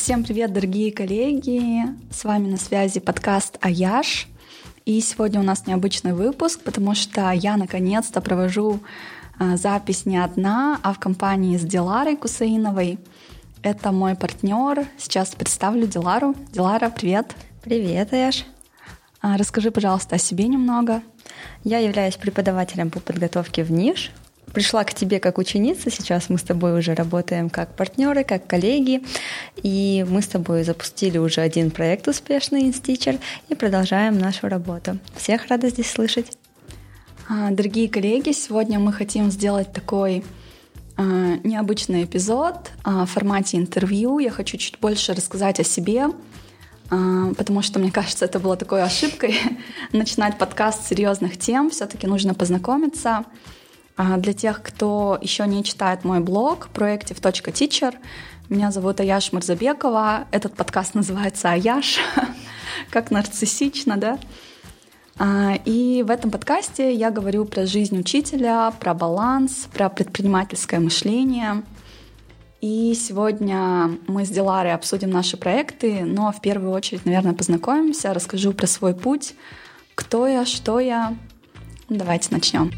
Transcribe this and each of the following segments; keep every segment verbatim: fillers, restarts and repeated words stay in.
Всем привет, дорогие коллеги! С вами на связи подкаст «Аяш». И сегодня у нас необычный выпуск, потому что я наконец-то провожу запись не одна, а в компании с Диларой Кусаиновой. Это мой партнер. Сейчас представлю Дилару. Дилара, привет! Привет, Аяш! Расскажи, пожалуйста, о себе немного. Я являюсь преподавателем по подготовке в НИШ. Пришла к тебе как ученица, сейчас мы с тобой уже работаем как партнеры, как коллеги, и мы с тобой запустили уже один проект успешный InSteacher и продолжаем нашу работу. Всех рада здесь слышать. Дорогие коллеги, сегодня мы хотим сделать такой э, необычный эпизод э, в формате интервью. Я хочу чуть больше рассказать о себе, э, потому что, мне кажется, это было такой ошибкой начинать подкаст с серьезных тем. Все-таки нужно познакомиться. Для тех, кто еще не читает мой блог proactive точка teacher, меня зовут Аяш Мырзабекова. Этот подкаст называется «Аяш», как нарциссично, да? И в этом подкасте я говорю про жизнь учителя, про баланс, про предпринимательское мышление. И сегодня мы с Диларой обсудим наши проекты, но в первую очередь, наверное, познакомимся, расскажу про свой путь, кто я, что я. Давайте начнем.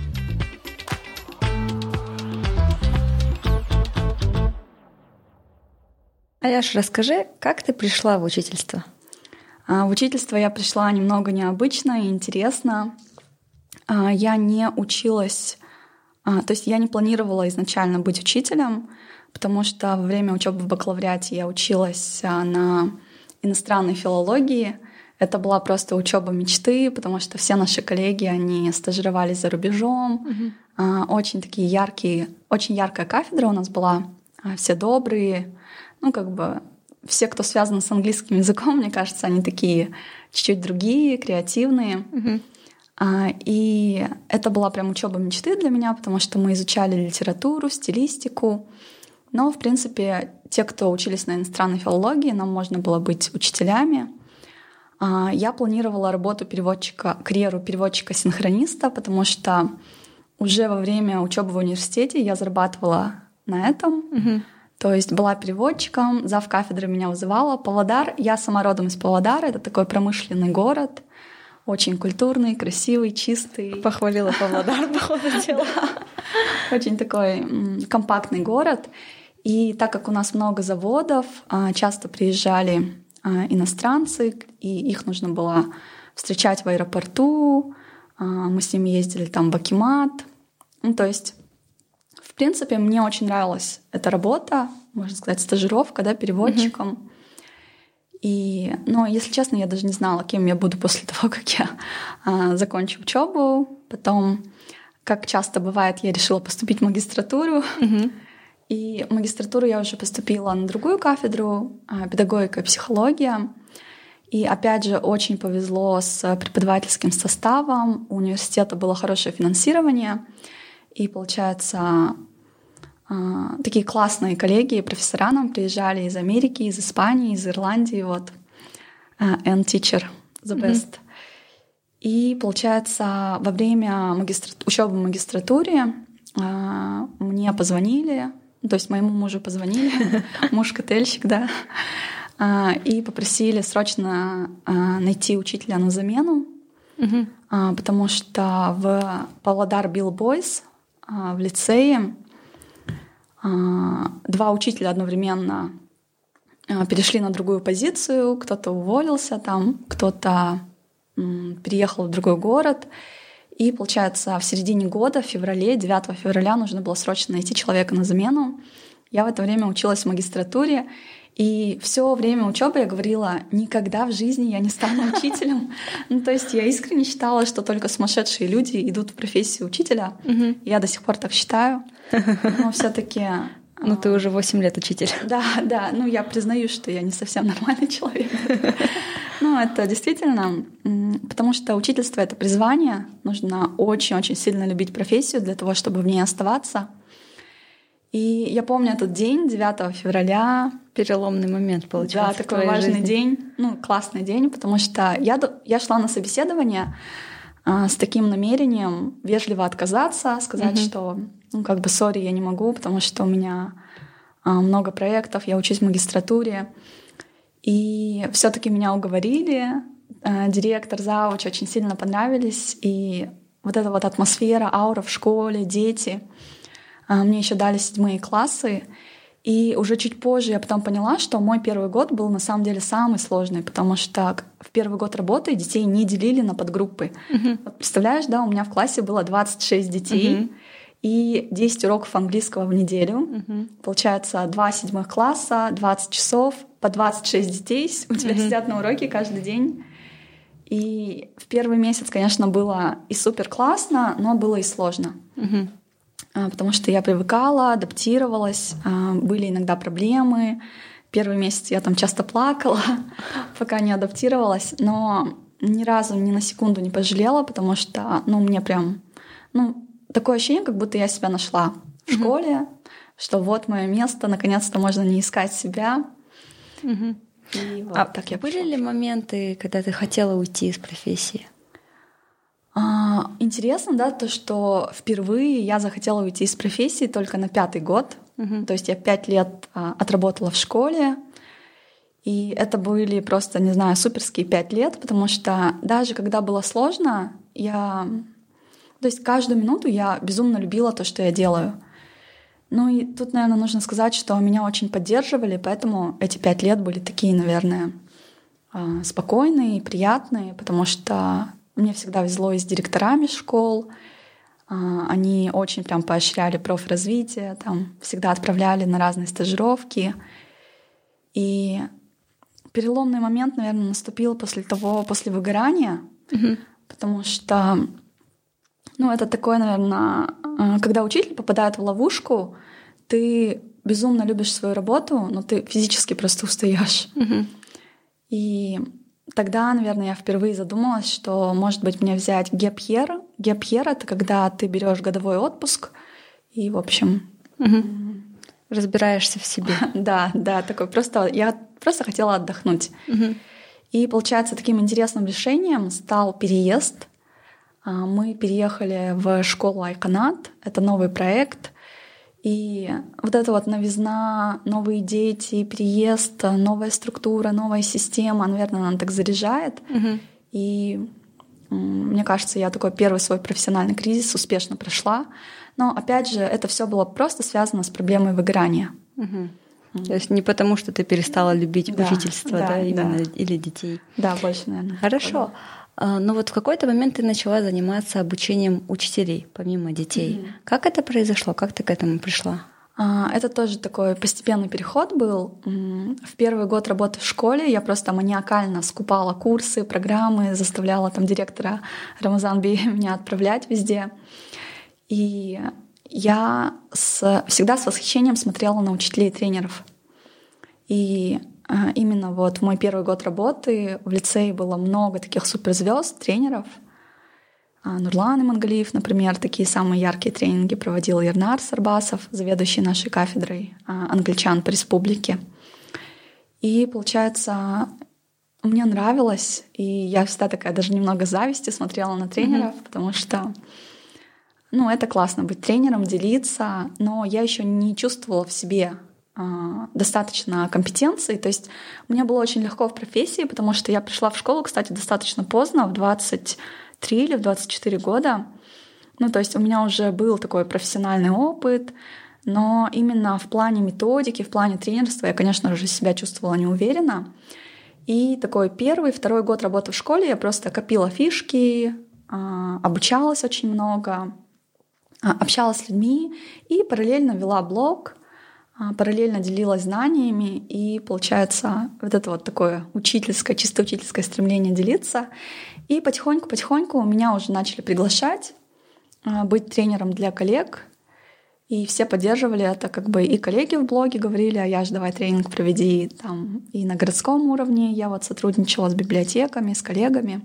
Аяш, расскажи, как ты пришла в учительство? В учительство я пришла немного необычно и интересно. Я не училась, то есть я не планировала изначально быть учителем, потому что во время учебы в бакалавриате я училась на иностранной филологии. Это была просто учеба мечты, потому что все наши коллеги, они стажировались за рубежом. Mm-hmm. Очень такие яркие, очень яркая кафедра у нас была. Все добрые. Ну, как бы все, кто связан с английским языком, мне кажется, они такие чуть-чуть другие, креативные. Mm-hmm. А, и это была прям учеба мечты для меня, потому что мы изучали литературу, стилистику. Но, в принципе, те, кто учились на иностранной филологии, нам можно было быть учителями. А, я планировала работу переводчика, карьеру переводчика-синхрониста, потому что уже во время учебы в университете я зарабатывала на этом. Mm-hmm. То есть была переводчиком, завкафедра меня вызывала. Павлодар, я сама родом из Павлодара, это такой промышленный город, очень культурный, красивый, чистый. Похвалила Павлодар, походу дела. Очень такой компактный город. И так как у нас много заводов, часто приезжали иностранцы, и их нужно было встречать в аэропорту. Мы с ними ездили там в Акимат. Ну, то есть в принципе, мне очень нравилась эта работа, можно сказать, стажировка, да, переводчиком. Mm-hmm. И, ну, если честно, я даже не знала, кем я буду после того, как я а, закончу учебу. Потом, как часто бывает, я решила поступить в магистратуру. Mm-hmm. И в магистратуру я уже поступила на другую кафедру, а, педагогика и психология. И опять же, очень повезло с преподавательским составом. У университета было хорошее финансирование. И, получается, такие классные коллеги, профессора нам приезжали из Америки, из Испании, из Ирландии, вот. And teacher, the best. Mm-hmm. И, получается, во время магистра... учебы в магистратуре мне позвонили, то есть моему мужу позвонили, муж-котельщик, да, и попросили срочно найти учителя на замену, mm-hmm. потому что в Павлодар Билл Бойс в лицее два учителя одновременно перешли на другую позицию, кто-то уволился там, кто-то переехал в другой город. И, получается, в середине года, в феврале, девятого февраля нужно было срочно найти человека на замену. Я в это время училась в магистратуре, и все время учебы я говорила: никогда в жизни я не стану учителем. Ну, то есть я искренне считала, что только сумасшедшие люди идут в профессию учителя. Mm-hmm. Я до сих пор так считаю. Но все-таки. Ну, ты уже восемь лет учитель. Да, да. Ну, я признаю, что я не совсем нормальный человек. Ну, это действительно, потому что учительство — это призвание. Нужно очень-очень сильно любить профессию для того, чтобы в ней оставаться. И я помню этот день, девятого февраля. Переломный момент, получается. Да, такой важный жизни. День, ну, классный день, потому что я, я шла на собеседование а, с таким намерением вежливо отказаться, сказать, mm-hmm. что, ну, как бы, сори, я не могу, потому что у меня много проектов, я учусь в магистратуре. И все-таки меня уговорили. Директор, завуч очень сильно понравились. И вот эта вот атмосфера, аура в школе, дети. Мне еще дали седьмые классы. И уже чуть позже я потом поняла, что мой первый год был на самом деле самый сложный, потому что в первый год работы детей не делили на подгруппы. Uh-huh. Вот представляешь, да, у меня в классе было двадцать шесть детей uh-huh. и десять уроков английского в неделю. Uh-huh. Получается, два седьмых класса, двадцать часов, по двадцать шесть детей у тебя uh-huh. сидят на уроке каждый день. И в первый месяц, конечно, было и супер классно, но было и сложно. Uh-huh. Потому что я привыкала, адаптировалась, были иногда проблемы. Первый месяц я там часто плакала, пока не адаптировалась, но ни разу ни на секунду не пожалела, потому что, ну, мне прям, ну, такое ощущение, как будто я себя нашла в mm-hmm. школе, что вот мое место, наконец-то можно не искать себя. Mm-hmm. И вот а так я были ли моменты, когда ты хотела уйти из профессии? Интересно, да, то, что впервые я захотела уйти из профессии только на пятый год. Uh-huh. То есть я пять лет а, отработала в школе, и это были просто, не знаю, суперские пять лет, потому что даже когда было сложно, я... То есть каждую минуту я безумно любила то, что я делаю. Ну и тут, наверное, нужно сказать, что меня очень поддерживали, поэтому эти пять лет были такие, наверное, спокойные, приятные, потому что мне всегда везло и с директорами школ. Они очень прям поощряли профразвитие, там всегда отправляли на разные стажировки. И переломный момент, наверное, наступил после того, после выгорания, mm-hmm. потому что, ну, это такое, наверное, когда учитель попадает в ловушку, ты безумно любишь свою работу, но ты физически просто устаешь. Mm-hmm. И тогда, наверное, я впервые задумалась, что, может быть, мне взять гэп-йер. Гэп-йер — это когда ты берешь годовой отпуск и, в общем... Угу. Разбираешься в себе. Да, да, такой просто... Я просто хотела отдохнуть. Угу. И, получается, таким интересным решением стал переезд. Мы переехали в школу Айконат. Это новый проект. И вот эта вот новизна, новые дети, переезд, новая структура, новая система, наверное, она так заряжает. Uh-huh. И мне кажется, я такой первый свой профессиональный кризис успешно прошла. Но опять же, это все было просто связано с проблемой выгорания. Uh-huh. Uh-huh. То есть не потому, что ты перестала любить да, учительство, да, да, именно, да. или детей. Да, больше, наверное. Хорошо. Но вот в какой-то момент ты начала заниматься обучением учителей, помимо детей. Mm-hmm. Как это произошло? Как ты к этому пришла? Это тоже такой постепенный переход был. В первый год работы в школе я просто маниакально скупала курсы, программы, заставляла там директора Рамазан Би меня отправлять везде. И я с, всегда с восхищением смотрела на учителей и тренеров. И именно вот в мой первый год работы в лицее было много таких суперзвезд, тренеров. Нурлан Имангалиев, например, такие самые яркие тренинги проводил Ернар Сарбасов, заведующий нашей кафедрой англичан по республике. И, получается, мне нравилось, и я всегда такая даже немного завистью смотрела на тренеров, mm-hmm. потому что, ну, это классно быть тренером, делиться, но я еще не чувствовала в себе достаточно компетенций. То есть мне было очень легко в профессии, потому что я пришла в школу, кстати, достаточно поздно, в двадцать три или в двадцать четыре года. Ну, то есть у меня уже был такой профессиональный опыт, но именно в плане методики, в плане тренерства я, конечно же, себя чувствовала неуверенно. И такой первый, второй год работы в школе я просто копила фишки, обучалась очень много, общалась с людьми и параллельно вела блог, параллельно делилась знаниями, и получается вот это вот такое учительское, чисто учительское стремление делиться. И потихоньку-потихоньку меня уже начали приглашать быть тренером для коллег, и все поддерживали это, как бы и коллеги в блоге говорили: а я ж давай тренинг проведи там и на городском уровне. Я вот сотрудничала с библиотеками, с коллегами,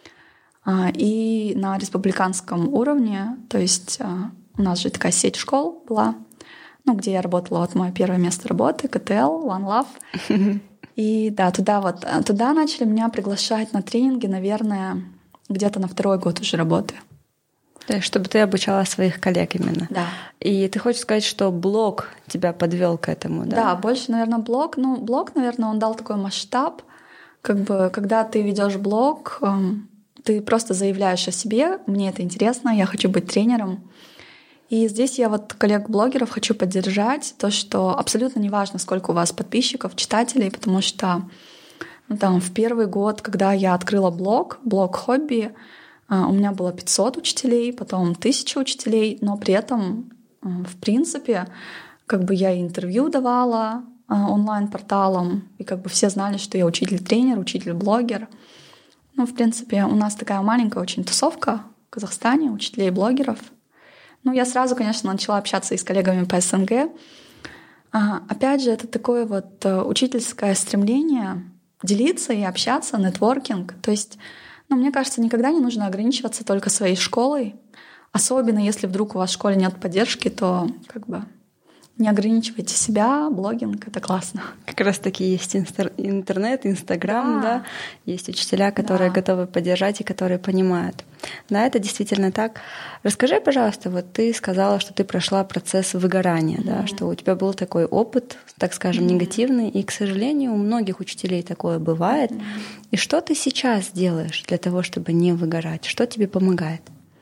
и на республиканском уровне, то есть у нас же такая сеть школ была, ну, где я работала, вот мое первое место работы, ка тэ эл, One Love. И да, туда вот, туда начали меня приглашать на тренинги, наверное, где-то на второй год уже работы. То есть, чтобы ты обучала своих коллег именно. Да. И ты хочешь сказать, что блог тебя подвел к этому, да? Да, больше, наверное, блог. Ну, блог, наверное, он дал такой масштаб. Как бы, когда ты ведешь блог, ты просто заявляешь о себе, мне это интересно, я хочу быть тренером. И здесь я вот коллег-блогеров хочу поддержать, то, что абсолютно неважно, сколько у вас подписчиков, читателей, потому что ну, там, в первый год, когда я открыла блог, блог хобби, у меня было пятьсот учителей, потом тысяча учителей, но при этом, в принципе, как бы я и интервью давала онлайн-порталом, и как бы все знали, что я учитель-тренер, учитель-блогер. Ну, в принципе, у нас такая маленькая очень тусовка в Казахстане, учителей-блогеров. Ну, я сразу, конечно, начала общаться и с коллегами по СНГ. А, опять же, это такое вот учительское стремление делиться и общаться, нетворкинг. То есть, ну, мне кажется, никогда не нужно ограничиваться только своей школой. Особенно если вдруг у вас в школе нет поддержки, то как бы не ограничивайте себя, блогинг — это классно. Как раз таки есть интернет, Инстаграм, да. да, есть учителя, которые да. готовы поддержать и которые понимают. Да, это действительно так. Расскажи, пожалуйста, вот ты сказала, что ты прошла процесс выгорания, mm-hmm. да, что у тебя был такой опыт, так скажем, mm-hmm. негативный, и, к сожалению, у многих учителей такое бывает. Mm-hmm. И что ты сейчас делаешь для того, чтобы не выгорать? Что тебе помогает?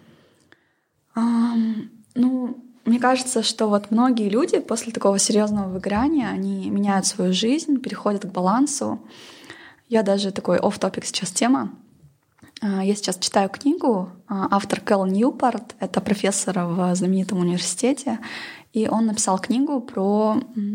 Um, ну, мне кажется, что вот многие люди после такого серьезного выгорания, они меняют свою жизнь, переходят к балансу. Я даже такой офф-топик сейчас тема. Я сейчас читаю книгу, автор Кэл Ньюпорт, это профессор в знаменитом университете, и он написал книгу про,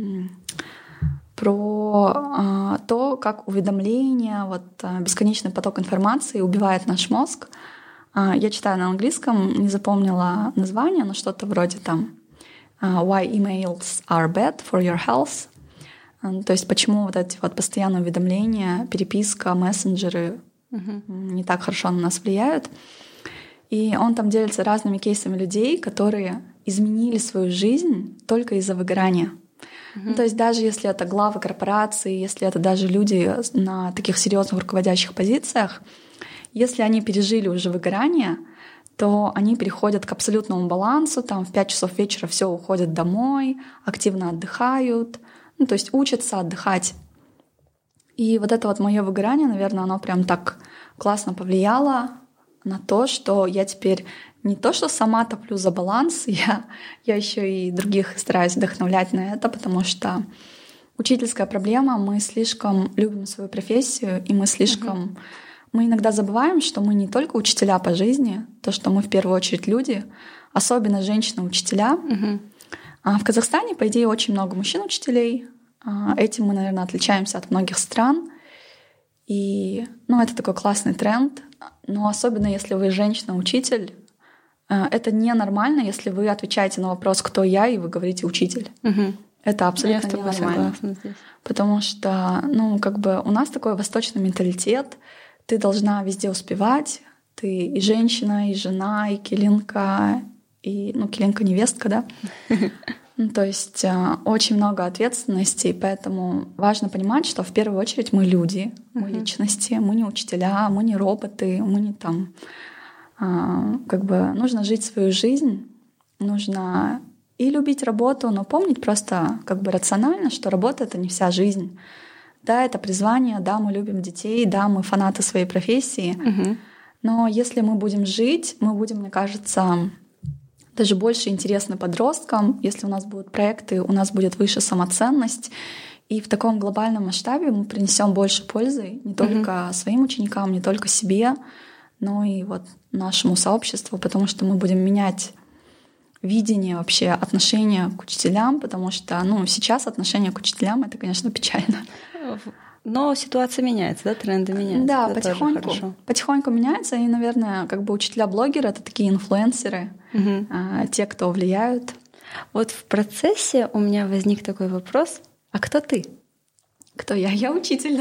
про то, как уведомления, вот, бесконечный поток информации убивает наш мозг. Я читаю на английском, не запомнила название, но что-то вроде там «Why emails are bad for your health». То есть почему вот эти вот постоянные уведомления, переписка, мессенджеры uh-huh. не так хорошо на нас влияют. И он там делится разными кейсами людей, которые изменили свою жизнь только из-за выгорания. Uh-huh. Ну, то есть даже если это главы корпорации, если это даже люди на таких серьезных руководящих позициях, если они пережили уже выгорание, то они переходят к абсолютному балансу, там в пять часов вечера все уходят домой, активно отдыхают, ну, то есть учатся отдыхать. И вот это вот мое выгорание, наверное, оно прям так классно повлияло на то, что я теперь не то, что сама топлю за баланс, я, я еще и других стараюсь вдохновлять на это, потому что учительская проблема, мы слишком любим свою профессию, и мы слишком... Mm-hmm. Мы иногда забываем, что мы не только учителя по жизни, то, что мы в первую очередь люди, особенно женщины-учителя. Uh-huh. А в Казахстане, по идее, очень много мужчин-учителей. Этим мы, наверное, отличаемся от многих стран. И ну, это такой классный тренд. Но особенно если вы женщина-учитель, это ненормально, если вы отвечаете на вопрос «Кто я?» и вы говорите «Учитель». Uh-huh. Это абсолютно ненормально. Потому что ну, как бы у нас такой восточный менталитет. Ты должна везде успевать. Ты и женщина, и жена, и килинка, и, ну, килинка-невестка, да? Ну, то есть э, очень много ответственности, поэтому важно понимать, что в первую очередь мы люди, мы личности, мы не учителя, мы не роботы, мы не там... Э, как бы нужно жить свою жизнь, нужно и любить работу, но помнить просто как бы рационально, что работа — это не вся жизнь. Да, это призвание, да, мы любим детей, да, мы фанаты своей профессии. Uh-huh. Но если мы будем жить, мы будем, мне кажется, даже больше интересны подросткам. Если у нас будут проекты, у нас будет выше самоценность. И в таком глобальном масштабе мы принесем больше пользы не только uh-huh. своим ученикам, не только себе, но и вот нашему сообществу, потому что мы будем менять видение вообще отношения к учителям, потому что ну, сейчас отношение к учителям — это, конечно, печально. Но ситуация меняется, да, тренды меняются. Да, потихоньку, потихоньку меняется, и, наверное, как бы учителя-блогеры — это такие инфлюенсеры, угу. а, те, кто влияют. Вот в процессе у меня возник такой вопрос: а кто ты? Кто я? Я учитель.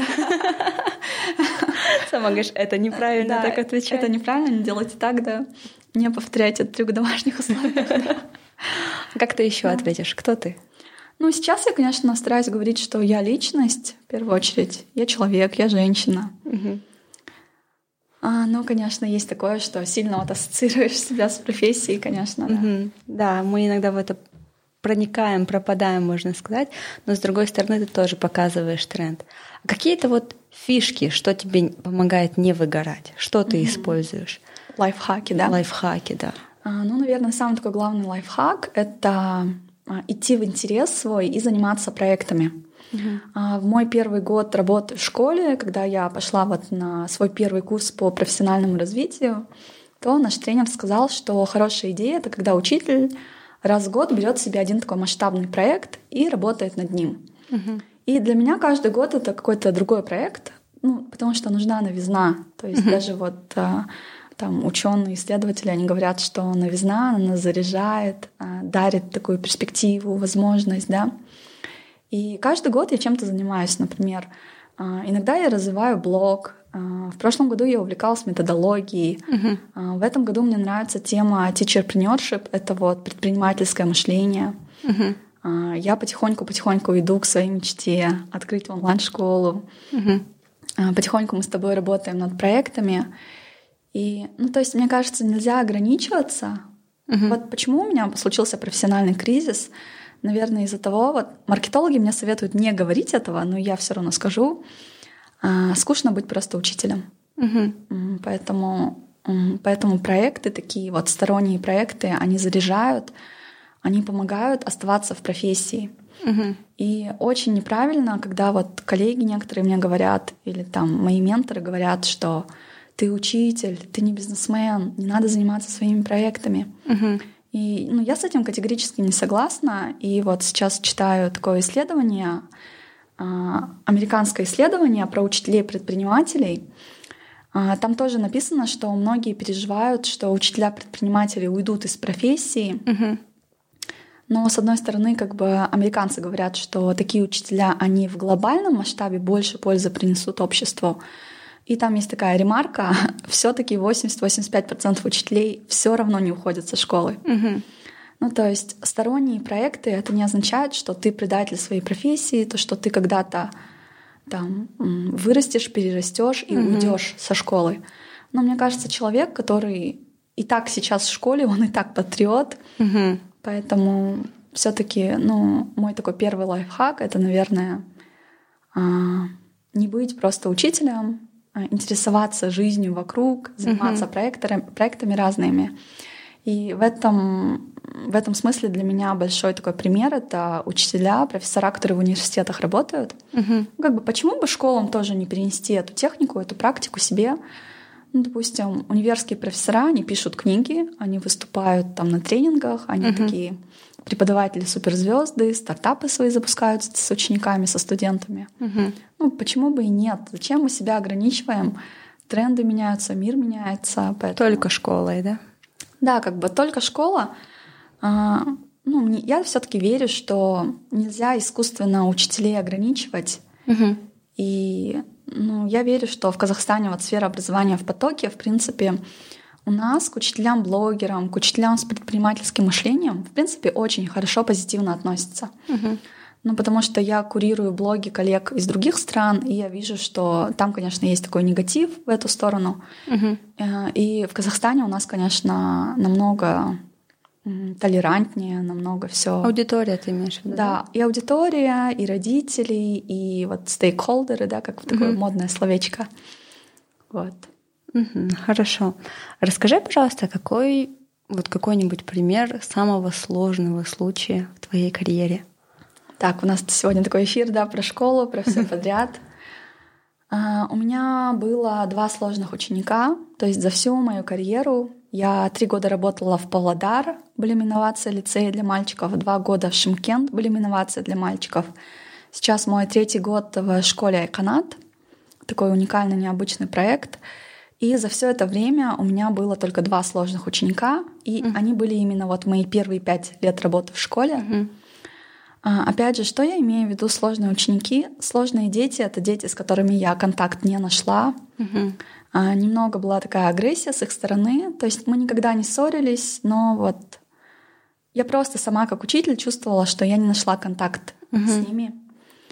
Сама говоришь, это неправильно так отвечать. Это неправильно, не делайте так, да. Не повторяйте этот трюк в домашних условиях. Как ты еще ответишь? Кто ты? Ну, сейчас я, конечно, стараюсь говорить, что я личность, в первую очередь. Я человек, я женщина. Угу. А, ну, конечно, есть такое, что сильно вот ассоциируешь себя с профессией, конечно. Да, угу. Да, мы иногда в это проникаем, пропадаем, можно сказать, но с другой стороны ты тоже показываешь тренд. А какие-то вот фишки, что тебе помогает не выгорать? Что ты угу. используешь? Лайфхаки, да? Лайфхаки, да. А, ну, наверное, самый такой главный лайфхак — это идти в интерес свой и заниматься проектами. Uh-huh. В мой первый год работы в школе, когда я пошла вот на свой первый курс по профессиональному развитию, то наш тренер сказал, что хорошая идея — это когда учитель раз в год берет себе один такой масштабный проект и работает над ним. Uh-huh. И для меня каждый год это какой-то другой проект, ну, потому что нужна новизна. То есть uh-huh. даже вот там ученые, исследователи, они говорят, что новизна, она заряжает, дарит такую перспективу, возможность, да. И каждый год я чем-то занимаюсь. Например, иногда я развиваю блог. В прошлом году я увлекалась методологией. Uh-huh. В этом году мне нравится тема teacherpreneurship. Это вот предпринимательское мышление. Uh-huh. Я потихоньку-потихоньку иду к своей мечте открыть онлайн-школу. Uh-huh. Потихоньку мы с тобой работаем над проектами. И, ну, то есть, мне кажется, нельзя ограничиваться. Uh-huh. Вот почему у меня случился профессиональный кризис. Наверное, из-за того, вот маркетологи мне советуют не говорить этого, но я все равно скажу. А, скучно быть просто учителем. Uh-huh. Поэтому, поэтому проекты, такие вот сторонние проекты, они заряжают, они помогают оставаться в профессии. Uh-huh. И очень неправильно, когда вот коллеги некоторые мне говорят, или там мои менторы говорят, что ты учитель, ты не бизнесмен, не надо заниматься своими проектами. Uh-huh. И ну, я с этим категорически не согласна. И вот сейчас читаю такое исследование, американское исследование про учителей-предпринимателей. Там тоже написано, что многие переживают, что учителя-предприниматели уйдут из профессии. Uh-huh. Но, с одной стороны, как бы американцы говорят, что такие учителя, они в глобальном масштабе больше пользы принесут обществу. И там есть такая ремарка: все-таки восемьдесят-восемьдесят пять процентов учителей все равно не уходят со школы. Uh-huh. Ну, то есть сторонние проекты — это не означает, что ты предатель своей профессии, то, что ты когда-то там вырастешь, перерастешь и uh-huh. уйдешь со школы. Но мне кажется, человек, который и так сейчас в школе, он и так патриот. Uh-huh. Поэтому все-таки, ну, мой такой первый лайфхак — это, наверное, не быть просто учителем, интересоваться жизнью вокруг, заниматься uh-huh. проектами, проектами разными. И в этом, в этом смысле для меня большой такой пример — это учителя, профессора, которые в университетах работают. Uh-huh. Как бы почему бы школам тоже не перенести эту технику, эту практику себе? Ну, допустим, универские профессора, они пишут книги, они выступают там на тренингах, они uh-huh. такие преподаватели-суперзвезды, стартапы свои запускают с учениками, со студентами. Uh-huh. Ну, почему бы и нет? Зачем мы себя ограничиваем? Тренды меняются, мир меняется. Поэтому... Только школой, да? Да, как бы только школа. А, ну, мне, я все-таки верю, что нельзя искусственно учителей ограничивать. Uh-huh. И ну, я верю, что в Казахстане вот сфера образования в потоке, в принципе, у нас к учителям-блогерам, к учителям с предпринимательским мышлением, в принципе, очень хорошо, позитивно относятся. Uh-huh. Ну, потому что я курирую блоги коллег из других стран, и я вижу, что там, конечно, есть такой негатив в эту сторону. Uh-huh. И в Казахстане у нас, конечно, намного толерантнее, намного все. Аудитория, ты имеешь в виду? Да, и аудитория, и родители, и вот стейкхолдеры, да, как такое uh-huh. модное словечко. Вот. Uh-huh. Хорошо. Расскажи, пожалуйста, какой вот какой-нибудь пример самого сложного случая в твоей карьере? Так, у нас сегодня такой эфир, да, про школу, про все подряд. Uh, у меня было два сложных ученика, то есть за всю мою карьеру я три года работала в Павлодар, были инновации лицея для мальчиков, два года в Шымкент, были инновации для мальчиков. Сейчас мой третий год в школе Айканат, такой уникальный, необычный проект. И за все это время у меня было только два сложных ученика, и mm-hmm. они были именно вот мои первые пять лет работы в школе. Mm-hmm. Опять же, что я имею в виду сложные ученики? Сложные дети — это дети, с которыми я контакт не нашла. Uh-huh. Немного была такая агрессия с их стороны. То есть мы никогда не ссорились, но вот я просто сама как учитель чувствовала, что я не нашла контакт uh-huh. с ними.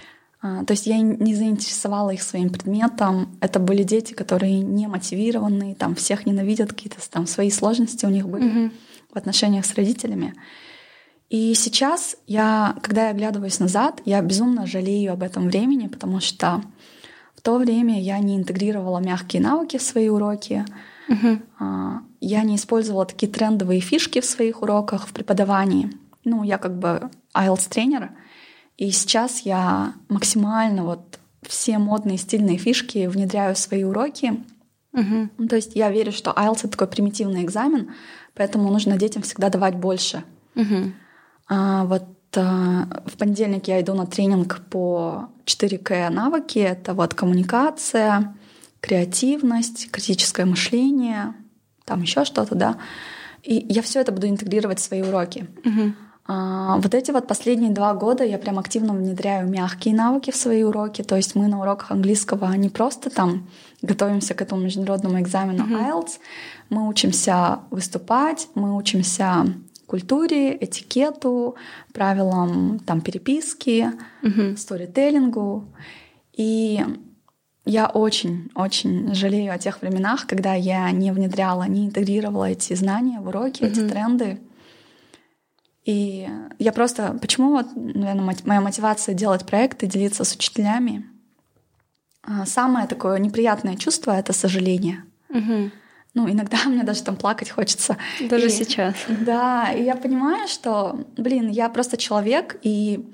То есть я не заинтересовала их своим предметом. Это были дети, которые не мотивированы, там всех ненавидят, какие-то там свои сложности у них были mm-hmm. в отношениях с родителями. И сейчас я, когда я оглядываюсь назад, я безумно жалею об этом времени, потому что в то время я не интегрировала мягкие навыки в свои уроки, mm-hmm. я не использовала такие трендовые фишки в своих уроках, в преподавании. Ну, я как бы ай эл ти эс-тренер, и сейчас я максимально вот все модные стильные фишки внедряю в свои уроки. Uh-huh. Ну, то есть я верю, что ай эл ти эс — это такой примитивный экзамен, поэтому нужно детям всегда давать больше. Uh-huh. А, вот а, в понедельник я иду на тренинг по четыре ка навыки. Это вот коммуникация, креативность, критическое мышление, там еще что-то, да. И я все это буду интегрировать в свои уроки. Uh-huh. А, вот эти вот последние два года я прям активно внедряю мягкие навыки в свои уроки. То есть мы на уроках английского не просто там готовимся к этому международному экзамену mm-hmm. ай эл ти эс, мы учимся выступать, мы учимся культуре, этикету, правилам там переписки, mm-hmm. сторителлингу. И я очень-очень жалею о тех временах, когда я не внедряла, не интегрировала эти знания в уроки, mm-hmm. эти тренды. И я просто... Почему, вот, наверное, моя мотивация делать проекты, делиться с учителями? Самое такое неприятное чувство — это сожаление. Угу. Ну, иногда мне даже там плакать хочется. Даже и, сейчас. Да, и я понимаю, что, блин, я просто человек, и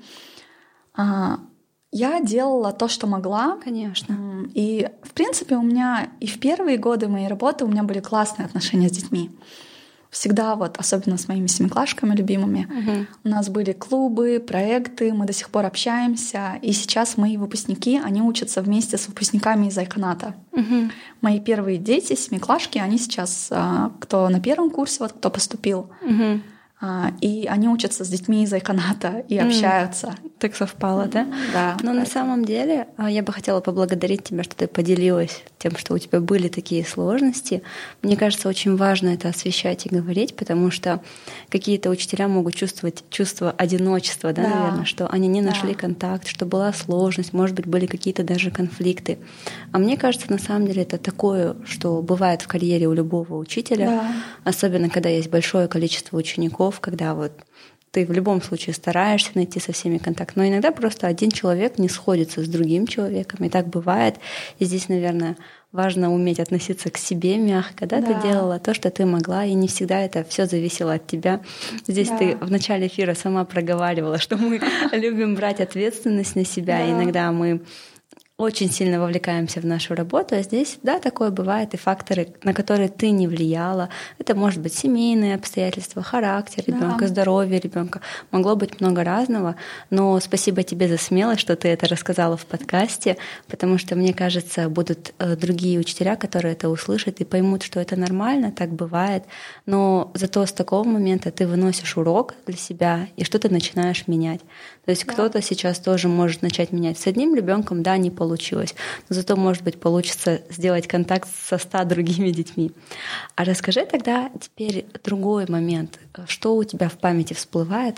а, я делала то, что могла. Конечно. И, в принципе, у меня и в первые годы моей работы у меня были классные отношения с детьми. Всегда вот, особенно с моими семиклашками любимыми, uh-huh. у нас были клубы, проекты, мы до сих пор общаемся. И сейчас мои выпускники, они учатся вместе с выпускниками из Айконата. Uh-huh. Мои первые дети, семиклашки, они сейчас, кто на первом курсе, вот кто поступил, uh-huh. и они учатся с детьми из Айконата и mm. общаются. Так совпало, да? Да. Но на самом деле я бы хотела поблагодарить тебя, что ты поделилась тем, что у тебя были такие сложности. Мне кажется, очень важно это освещать и говорить, потому что какие-то учителя могут чувствовать чувство одиночества, да, да. наверное, что они не нашли да. контакт, что была сложность, может быть, были какие-то даже конфликты. А мне кажется, на самом деле это такое, что бывает в карьере у любого учителя, да. особенно когда есть большое количество учеников, когда вот ты в любом случае стараешься найти со всеми контакт, но иногда просто один человек не сходится с другим человеком, и так бывает. И здесь, наверное, важно уметь относиться к себе мягко, да, да. ты делала то, что ты могла, и не всегда это все зависело от тебя. Здесь да. ты в начале эфира сама проговаривала, что мы любим брать ответственность на себя, и иногда мы очень сильно вовлекаемся в нашу работу, а здесь, да, такое бывает, и факторы, на которые ты не влияла. Это может быть семейные обстоятельства, характер ребенка, да. здоровье ребенка. Могло быть много разного, но спасибо тебе за смелость, что ты это рассказала в подкасте, потому что, мне кажется, будут другие учителя, которые это услышат и поймут, что это нормально, так бывает, но зато с такого момента ты выносишь урок для себя и что-то начинаешь менять. То есть да. кто-то сейчас тоже может начать менять. С одним ребенком, да, не получилось, но зато, может быть, получится сделать контакт со ста другими детьми. А расскажи тогда теперь другой момент. Что у тебя в памяти всплывает?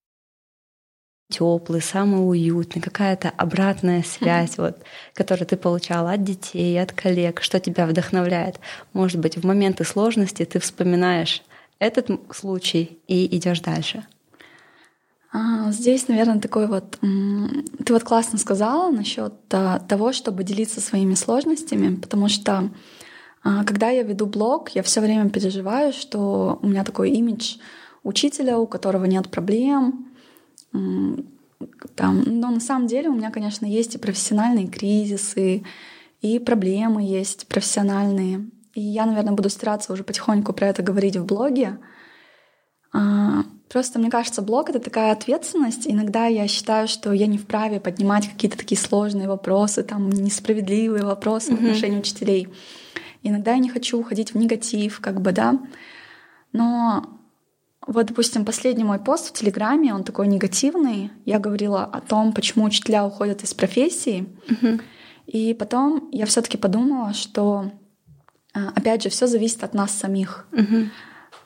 Теплый, самый уютный, какая-то обратная связь, вот, которую ты получала от детей, от коллег, что тебя вдохновляет? Может быть, в моменты сложности ты вспоминаешь этот случай и идешь дальше? Здесь, наверное, такой вот... Ты вот классно сказала насчет того, чтобы делиться своими сложностями, потому что когда я веду блог, я все время переживаю, что у меня такой имидж учителя, у которого нет проблем. Там, но на самом деле у меня, конечно, есть и профессиональные кризисы, и проблемы есть профессиональные. И я, наверное, буду стараться уже потихоньку про это говорить в блоге. Просто, мне кажется, блог — это такая ответственность. Иногда я считаю, что я не вправе поднимать какие-то такие сложные вопросы, там, несправедливые вопросы mm-hmm. в отношении учителей. Иногда я не хочу уходить в негатив, как бы, да. Но вот, допустим, последний мой пост в Телеграме, он такой негативный. Я говорила о том, почему учителя уходят из профессии. Mm-hmm. И потом я все-таки подумала, что, опять же, все зависит от нас самих. Mm-hmm.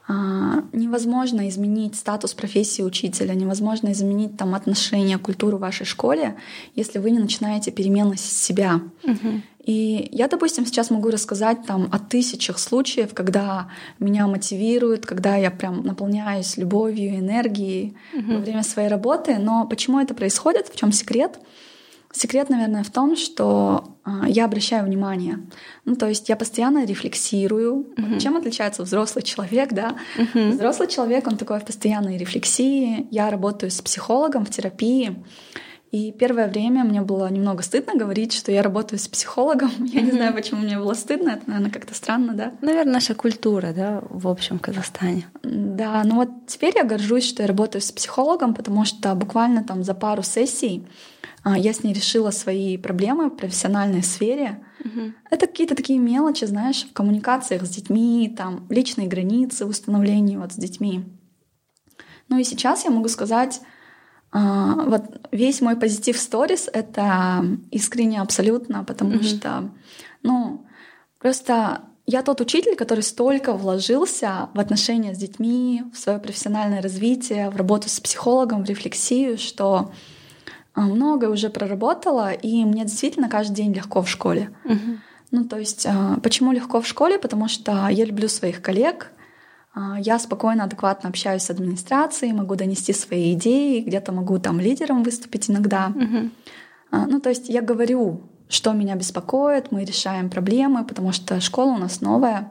невозможно изменить статус профессии учителя, невозможно изменить там отношение, культуру в вашей школе, если вы не начинаете перемены с себя. Угу. И я, допустим, сейчас могу рассказать там о тысячах случаев, когда меня мотивируют, когда я прям наполняюсь любовью, энергией угу. во время своей работы. Но почему это происходит? В чем секрет? Секрет, наверное, в том, что э, я обращаю внимание. Ну, то есть я постоянно рефлексирую. Uh-huh. Чем отличается взрослый человек, да? Uh-huh. Взрослый человек, он такой в постоянной рефлексии. Я работаю с психологом в терапии. И первое время мне было немного стыдно говорить, что я работаю с психологом. Я uh-huh. не знаю, почему мне было стыдно. Это, наверное, как-то странно, да? Наверное, наша культура, да, в общем, в Казахстане. Да, ну вот теперь я горжусь, что я работаю с психологом, потому что буквально там за пару сессий я с ней решила свои проблемы в профессиональной сфере. Uh-huh. Это какие-то такие мелочи, знаешь, в коммуникациях с детьми, там, личные границы, установление вот с детьми. Ну и сейчас я могу сказать, вот весь мой позитив сторис — это искренне абсолютно, потому uh-huh. что, ну, просто я тот учитель, который столько вложился в отношения с детьми, в свое профессиональное развитие, в работу с психологом, в рефлексию, что многое уже проработала, и мне действительно каждый день легко в школе. Uh-huh. Ну, то есть, почему легко в школе? Потому что я люблю своих коллег, я спокойно, адекватно общаюсь с администрацией, могу донести свои идеи, где-то могу там лидером выступить иногда. Uh-huh. Ну, то есть я говорю, что меня беспокоит, мы решаем проблемы, потому что школа у нас новая.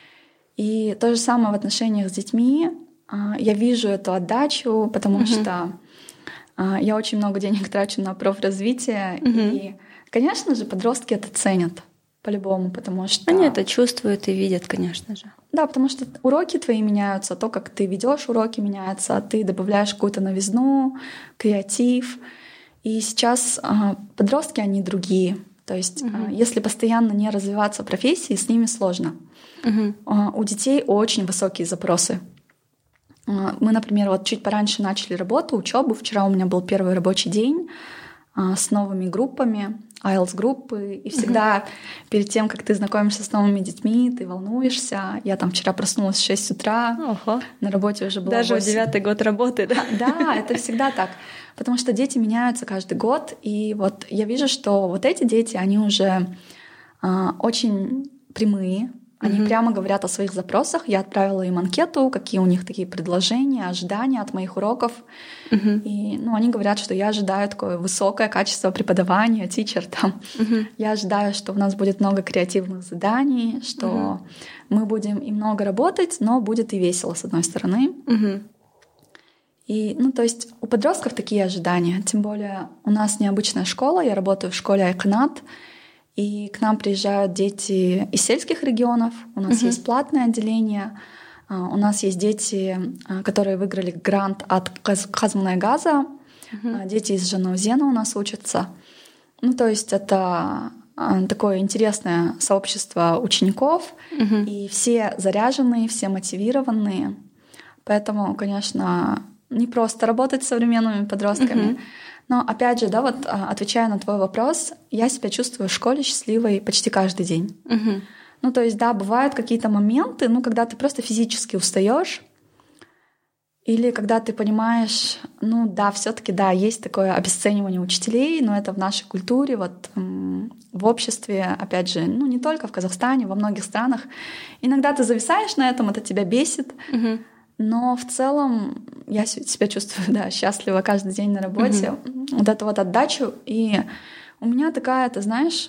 И то же самое в отношениях с детьми. Я вижу эту отдачу, потому uh-huh. что я очень много денег трачу на профразвитие, uh-huh. и, конечно же, подростки это ценят по-любому, потому что... Они это чувствуют и видят, конечно же. Да, потому что уроки твои меняются, то, как ты ведешь уроки, меняется, ты добавляешь какую-то новизну, креатив. И сейчас подростки, они другие. То есть uh-huh. если постоянно не развиваться в профессии, с ними сложно. Uh-huh. У детей очень высокие запросы. Мы, например, вот чуть пораньше начали работу, учебу. Вчера у меня был первый рабочий день с новыми группами, ай эл ти эс-группы. И всегда uh-huh. перед тем, как ты знакомишься с новыми детьми, ты волнуешься. Я там вчера проснулась в шесть утра, uh-huh. на работе уже была Даже восемь. в девятый год работы, да? Да, это всегда так. Потому что дети меняются каждый год. И вот я вижу, что вот эти дети, они уже а, очень прямые. Они mm-hmm. прямо говорят о своих запросах. Я отправила им анкету, какие у них такие предложения, ожидания от моих уроков. Mm-hmm. И ну, они говорят, что я ожидаю такое высокое качество преподавания, тичер там. Mm-hmm. Я ожидаю, что у нас будет много креативных заданий, что mm-hmm. мы будем и много работать, но будет и весело, с одной стороны. Mm-hmm. И, ну, то есть у подростков такие ожидания. Тем более у нас необычная школа, я работаю в школе Айкнат, и к нам приезжают дети из сельских регионов. У нас uh-huh. есть платное отделение. У нас есть дети, которые выиграли грант от Казмунайгаза. Uh-huh. Дети из Жанаузена у нас учатся. Ну, то есть это такое интересное сообщество учеников. Uh-huh. И все заряженные, все мотивированные. Поэтому, конечно, не просто работать с современными подростками. Uh-huh. Но опять же, да, вот отвечая на твой вопрос, я себя чувствую в школе счастливой почти каждый день. Uh-huh. Ну, то есть, да, бывают какие-то моменты, ну, когда ты просто физически устаешь, или когда ты понимаешь, ну да, все-таки да, есть такое обесценивание учителей, но это в нашей культуре, вот в обществе, опять же, ну не только в Казахстане, во многих странах. Иногда ты зависаешь на этом, это тебя бесит. Uh-huh. Но в целом я себя чувствую, да, счастливо каждый день на работе. Mm-hmm. Вот эту вот отдачу. И у меня такая, ты знаешь,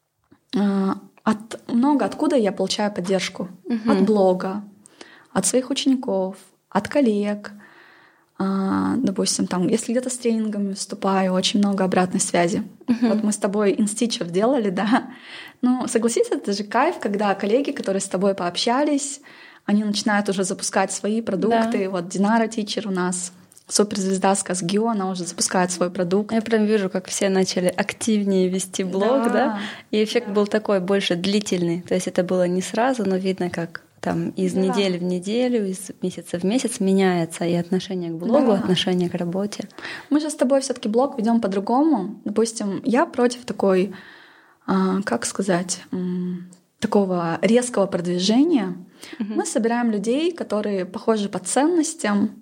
от, много откуда я получаю поддержку. Mm-hmm. От блога, от своих учеников, от коллег. Допустим, там, если где-то с тренингами выступаю, очень много обратной связи. Mm-hmm. Вот мы с тобой инстичер делали, да. Ну, согласись, это же кайф, когда коллеги, которые с тобой пообщались, они начинают уже запускать свои продукты. Да. Вот Динара Тичер у нас, суперзвезда с Казгио, она уже запускает свой продукт. Я прям вижу, как все начали активнее вести блог, да, да? И эффект да. был такой больше длительный. То есть это было не сразу, но видно, как там из да. недели в неделю, из месяца в месяц меняется и отношение к блогу, да. отношение к работе. Мы же с тобой все-таки блог ведем по-другому. Допустим, я против такой, как сказать, такого резкого продвижения. Uh-huh. Мы собираем людей, которые похожи по ценностям,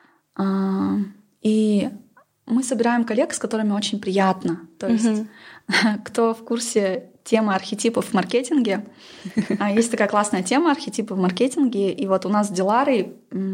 и мы собираем коллег, с которыми очень приятно. То есть, uh-huh. кто в курсе темы архетипов в маркетинге, есть такая классная тема архетипы в маркетинге, и вот у нас с Диларой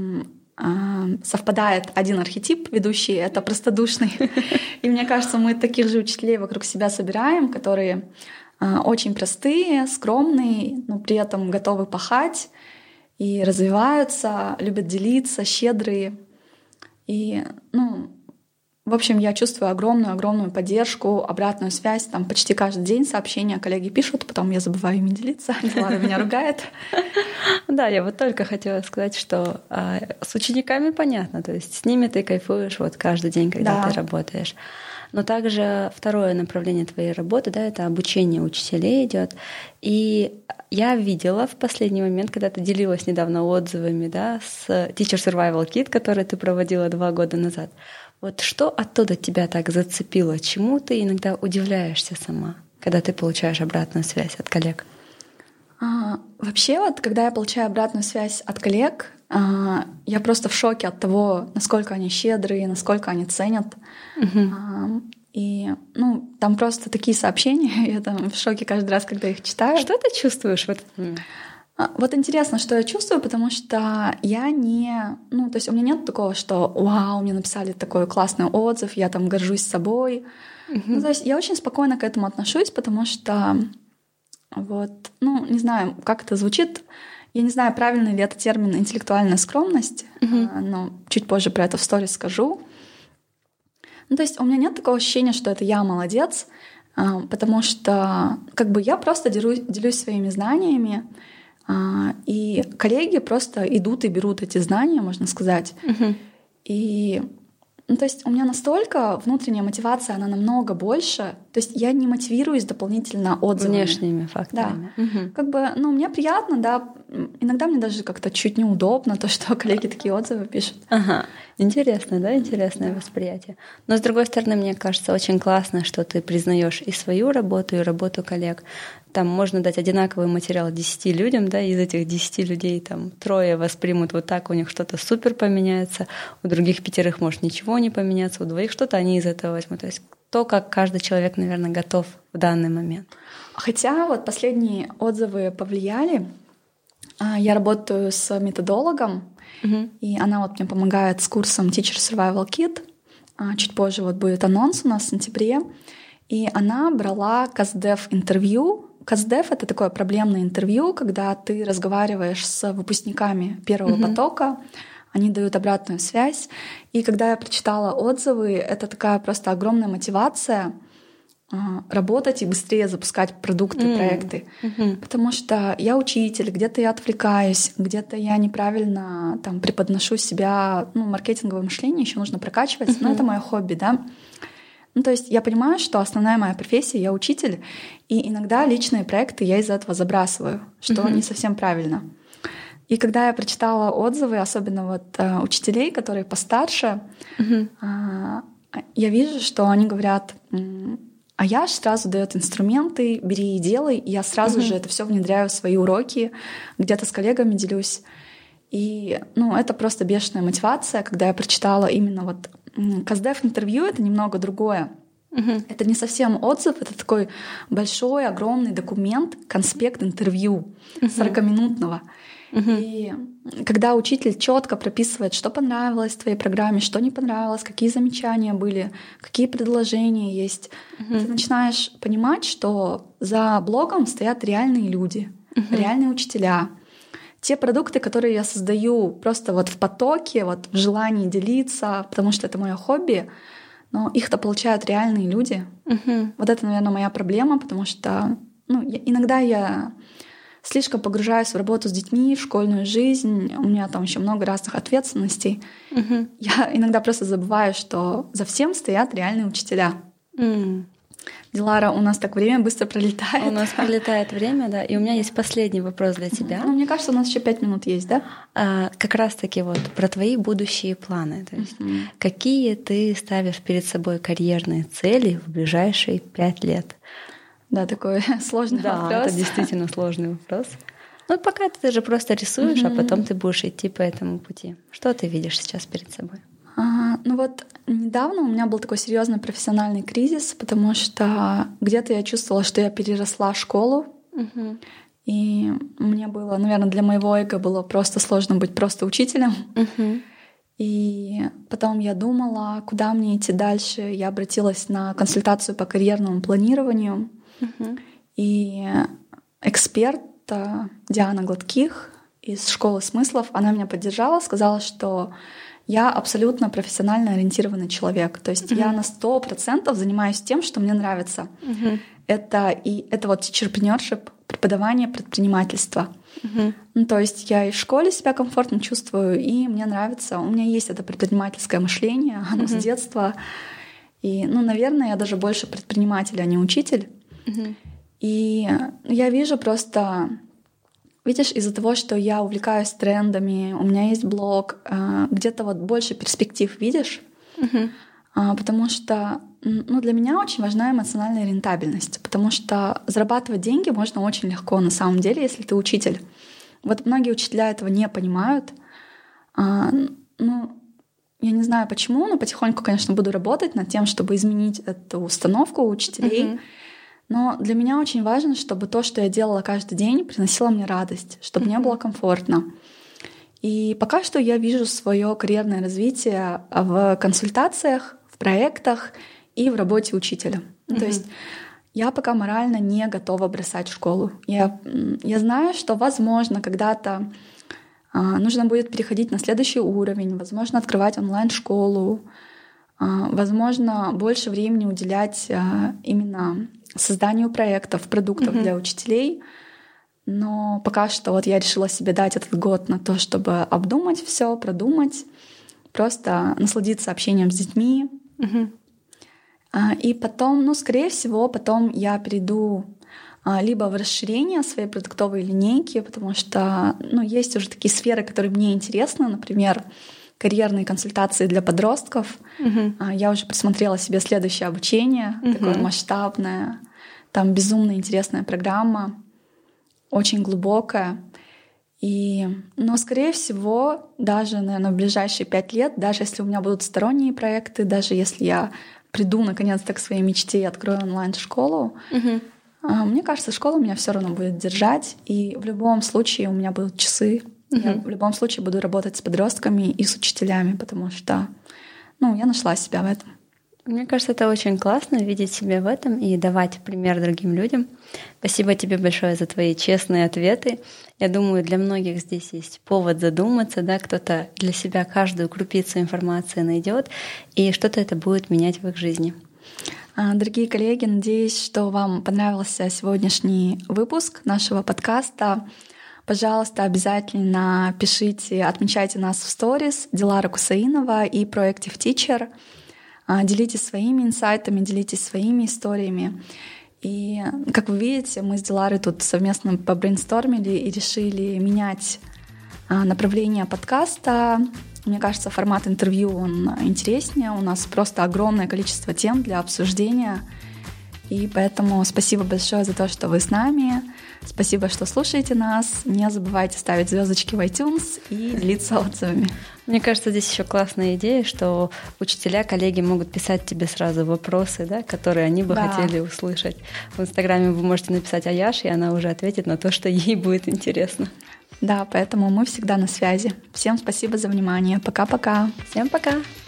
совпадает один архетип ведущий, это простодушный. И мне кажется, мы таких же учителей вокруг себя собираем, которые очень простые, скромные, но при этом готовы пахать и развиваются, любят делиться, щедрые. И, ну, в общем, я чувствую огромную-огромную поддержку, обратную связь. Там почти каждый день сообщения коллеги пишут, потом я забываю ими делиться, Дилара меня ругает. Да, я вот только хотела сказать, что а, с учениками понятно, то есть с ними ты кайфуешь вот каждый день, когда да. ты работаешь. Но также второе направление твоей работы, да, это обучение учителей идет. И я видела в последний момент, когда ты делилась недавно отзывами, да, с Teacher Survival Kit, который ты проводила два года назад. Вот что оттуда тебя так зацепило? Чему ты иногда удивляешься сама, когда ты получаешь обратную связь от коллег? А, вообще, вот когда я получаю обратную связь от коллег, а, я просто в шоке от того, насколько они щедрые, насколько они ценят. Uh-huh. А, и ну, там просто такие сообщения, я там в шоке каждый раз, когда их читаю. Что ты чувствуешь в этот момент? Вот интересно, что я чувствую, потому что я не... Ну, то есть у меня нет такого, что «Вау, мне написали такой классный отзыв, я там горжусь собой». Uh-huh. Ну, то есть я очень спокойно к этому отношусь, потому что вот, ну, не знаю, как это звучит. Я не знаю, правильный ли это термин «интеллектуальная скромность», uh-huh. но чуть позже про это в сторис скажу. Ну, то есть у меня нет такого ощущения, что это я молодец, потому что как бы я просто делюсь, делюсь своими знаниями, и коллеги просто идут и берут эти знания, можно сказать. Uh-huh. И ну, то есть у меня настолько внутренняя мотивация, она намного больше. То есть я не мотивируюсь дополнительно отзывами. Внешними факторами. Да. Угу. Как бы, ну, мне приятно, да. Иногда мне даже как-то чуть неудобно то, что коллеги такие отзывы пишут. Ага. Интересно, да, интересное да. восприятие. Но с другой стороны, мне кажется, очень классно, что ты признаешь и свою работу, и работу коллег. Там можно дать одинаковый материал десяти людям, да, из этих десяти людей там трое воспримут вот так, у них что-то супер поменяется, у других пятерых может ничего не поменяться, у двоих что-то они из этого возьмут. То есть то, как каждый человек, наверное, готов в данный момент. Хотя вот последние отзывы повлияли. Я работаю с методологом, uh-huh. и она вот мне помогает с курсом Teacher Survival Kit. Чуть позже вот будет анонс у нас в сентябре. И она брала КАЗДЕФ интервью. КАЗДЕФ — это такое проблемное интервью, когда ты разговариваешь с выпускниками первого uh-huh. потока, они дают обратную связь. И когда я прочитала отзывы, это такая просто огромная мотивация работать и быстрее запускать продукты, mm. проекты. Mm-hmm. Потому что я учитель, где-то я отвлекаюсь, где-то я неправильно там преподношу себя. Ну, маркетинговое мышление еще нужно прокачивать, mm-hmm. но это мое хобби, да. Ну, то есть я понимаю, что основная моя профессия — я учитель, и иногда личные проекты я из-за этого забрасываю, что mm-hmm. не совсем правильно. И когда я прочитала отзывы, особенно вот uh, учителей, которые постарше, mm-hmm. uh, я вижу, что они говорят: а я сразу дает инструменты, бери и делай, и я сразу mm-hmm. же это все внедряю в свои уроки, где-то с коллегами делюсь. И ну, это просто бешеная мотивация, когда я прочитала именно вот КАЗДЕФ интервью, это немного другое. Mm-hmm. Это не совсем отзыв, это такой большой, огромный документ, конспект интервью сорокаминутного. Mm-hmm. И когда учитель четко прописывает, что понравилось в твоей программе, что не понравилось, какие замечания были, какие предложения есть, mm-hmm. ты начинаешь понимать, что за блогом стоят реальные люди, mm-hmm. реальные учителя. Те продукты, которые я создаю просто вот в потоке, вот в желании делиться, потому что это мое хобби, но их-то получают реальные люди. Mm-hmm. Вот это, наверное, моя проблема, потому что ну, я, иногда я слишком погружаюсь в работу с детьми, в школьную жизнь. У меня там еще много разных ответственностей. Mm-hmm. Я иногда просто забываю, что за всем стоят реальные учителя. Mm. Дилара, у нас так время быстро пролетает. У нас пролетает время, да. И у меня есть последний вопрос для тебя. Ну, мне кажется, у нас еще пять минут есть, да? А, как раз-таки вот про твои будущие планы. То есть mm-hmm. какие ты ставишь перед собой карьерные цели в ближайшие пять лет? Да, такой сложный да, вопрос. Это действительно сложный вопрос. Ну, пока ты же просто рисуешь, Mm-hmm. а потом ты будешь идти по этому пути. Что ты видишь сейчас перед собой? А, ну вот недавно у меня был такой серьезный профессиональный кризис, потому что где-то я чувствовала, что я переросла школу. Mm-hmm. И мне было, наверное, для моего эго было просто сложно быть просто учителем. Mm-hmm. И потом я думала, куда мне идти дальше. Я обратилась на консультацию по карьерному планированию. Mm-hmm. И эксперт Диана Гладких из «Школы смыслов», она меня поддержала, сказала, что я абсолютно профессионально ориентированный человек. То есть mm-hmm. я на сто процентов занимаюсь тем, что мне нравится. Mm-hmm. Это, и, это вот teacherpreneurship, преподавание предпринимательства. Mm-hmm. Ну, то есть я и в школе себя комфортно чувствую, и мне нравится. У меня есть это предпринимательское мышление, оно mm-hmm. с детства. И, ну, наверное, я даже больше предприниматель, а не учитель. Mm-hmm. И я вижу просто, видишь, из-за того, что я увлекаюсь трендами, у меня есть блог, где-то вот больше перспектив видишь, uh-huh. потому что ну, для меня очень важна эмоциональная рентабельность, потому что зарабатывать деньги можно очень легко на самом деле, если ты учитель. Вот многие учителя этого не понимают. Ну, я не знаю почему, но потихоньку, конечно, буду работать над тем, чтобы изменить эту установку у учителей. Uh-huh. Но для меня очень важно, чтобы то, что я делала каждый день, приносило мне радость, чтобы mm-hmm. мне было комфортно. И пока что я вижу свое карьерное развитие в консультациях, в проектах и в работе учителя. Mm-hmm. То есть я пока морально не готова бросать школу. Я, я знаю, что, возможно, когда-то а, нужно будет переходить на следующий уровень, возможно, открывать онлайн-школу, а, возможно, больше времени уделять а, именно созданию проектов, продуктов mm-hmm. для учителей. Но пока что вот я решила себе дать этот год на то, чтобы обдумать все, продумать, просто насладиться общением с детьми. Mm-hmm. И потом, ну, скорее всего, потом я перейду либо в расширение своей продуктовой линейки, потому что, ну, есть уже такие сферы, которые мне интересны, например, карьерные консультации для подростков. Uh-huh. Я уже присмотрела себе следующее обучение, uh-huh. такое масштабное. Там безумно интересная программа, очень глубокая. И, но, скорее всего, даже, наверное, в ближайшие пять лет, даже если у меня будут сторонние проекты, даже если я приду наконец-то к своей мечте и открою онлайн-школу, uh-huh. мне кажется, школа меня все равно будет держать. И в любом случае у меня будут часы. Я в любом случае буду работать с подростками и с учителями, потому что, ну, я нашла себя в этом. Мне кажется, это очень классно видеть себя в этом и давать пример другим людям. Спасибо тебе большое за твои честные ответы. Я думаю, для многих здесь есть повод задуматься, да, кто-то для себя каждую крупицу информации найдет, и что-то это будет менять в их жизни. Дорогие коллеги, надеюсь, что вам понравился сегодняшний выпуск нашего подкаста. Пожалуйста, обязательно пишите, отмечайте нас в сторис Дилара Кусаинова и Proactive Teacher. Делитесь своими инсайтами, делитесь своими историями. И, как вы видите, мы с Диларой тут совместно побрейнстормили и решили менять направление подкаста. Мне кажется, формат интервью, он интереснее. У нас просто огромное количество тем для обсуждения. И поэтому спасибо большое за то, что вы с нами. Спасибо, что слушаете нас. Не забывайте ставить звездочки в iTunes и делиться отзывами. Мне кажется, здесь еще классная идея, что учителя, коллеги могут писать тебе сразу вопросы, да, которые они бы да. хотели услышать. В Инстаграме вы можете написать Аяш, и она уже ответит на то, что ей будет интересно. Да, поэтому мы всегда на связи. Всем спасибо за внимание. Пока-пока. Всем пока.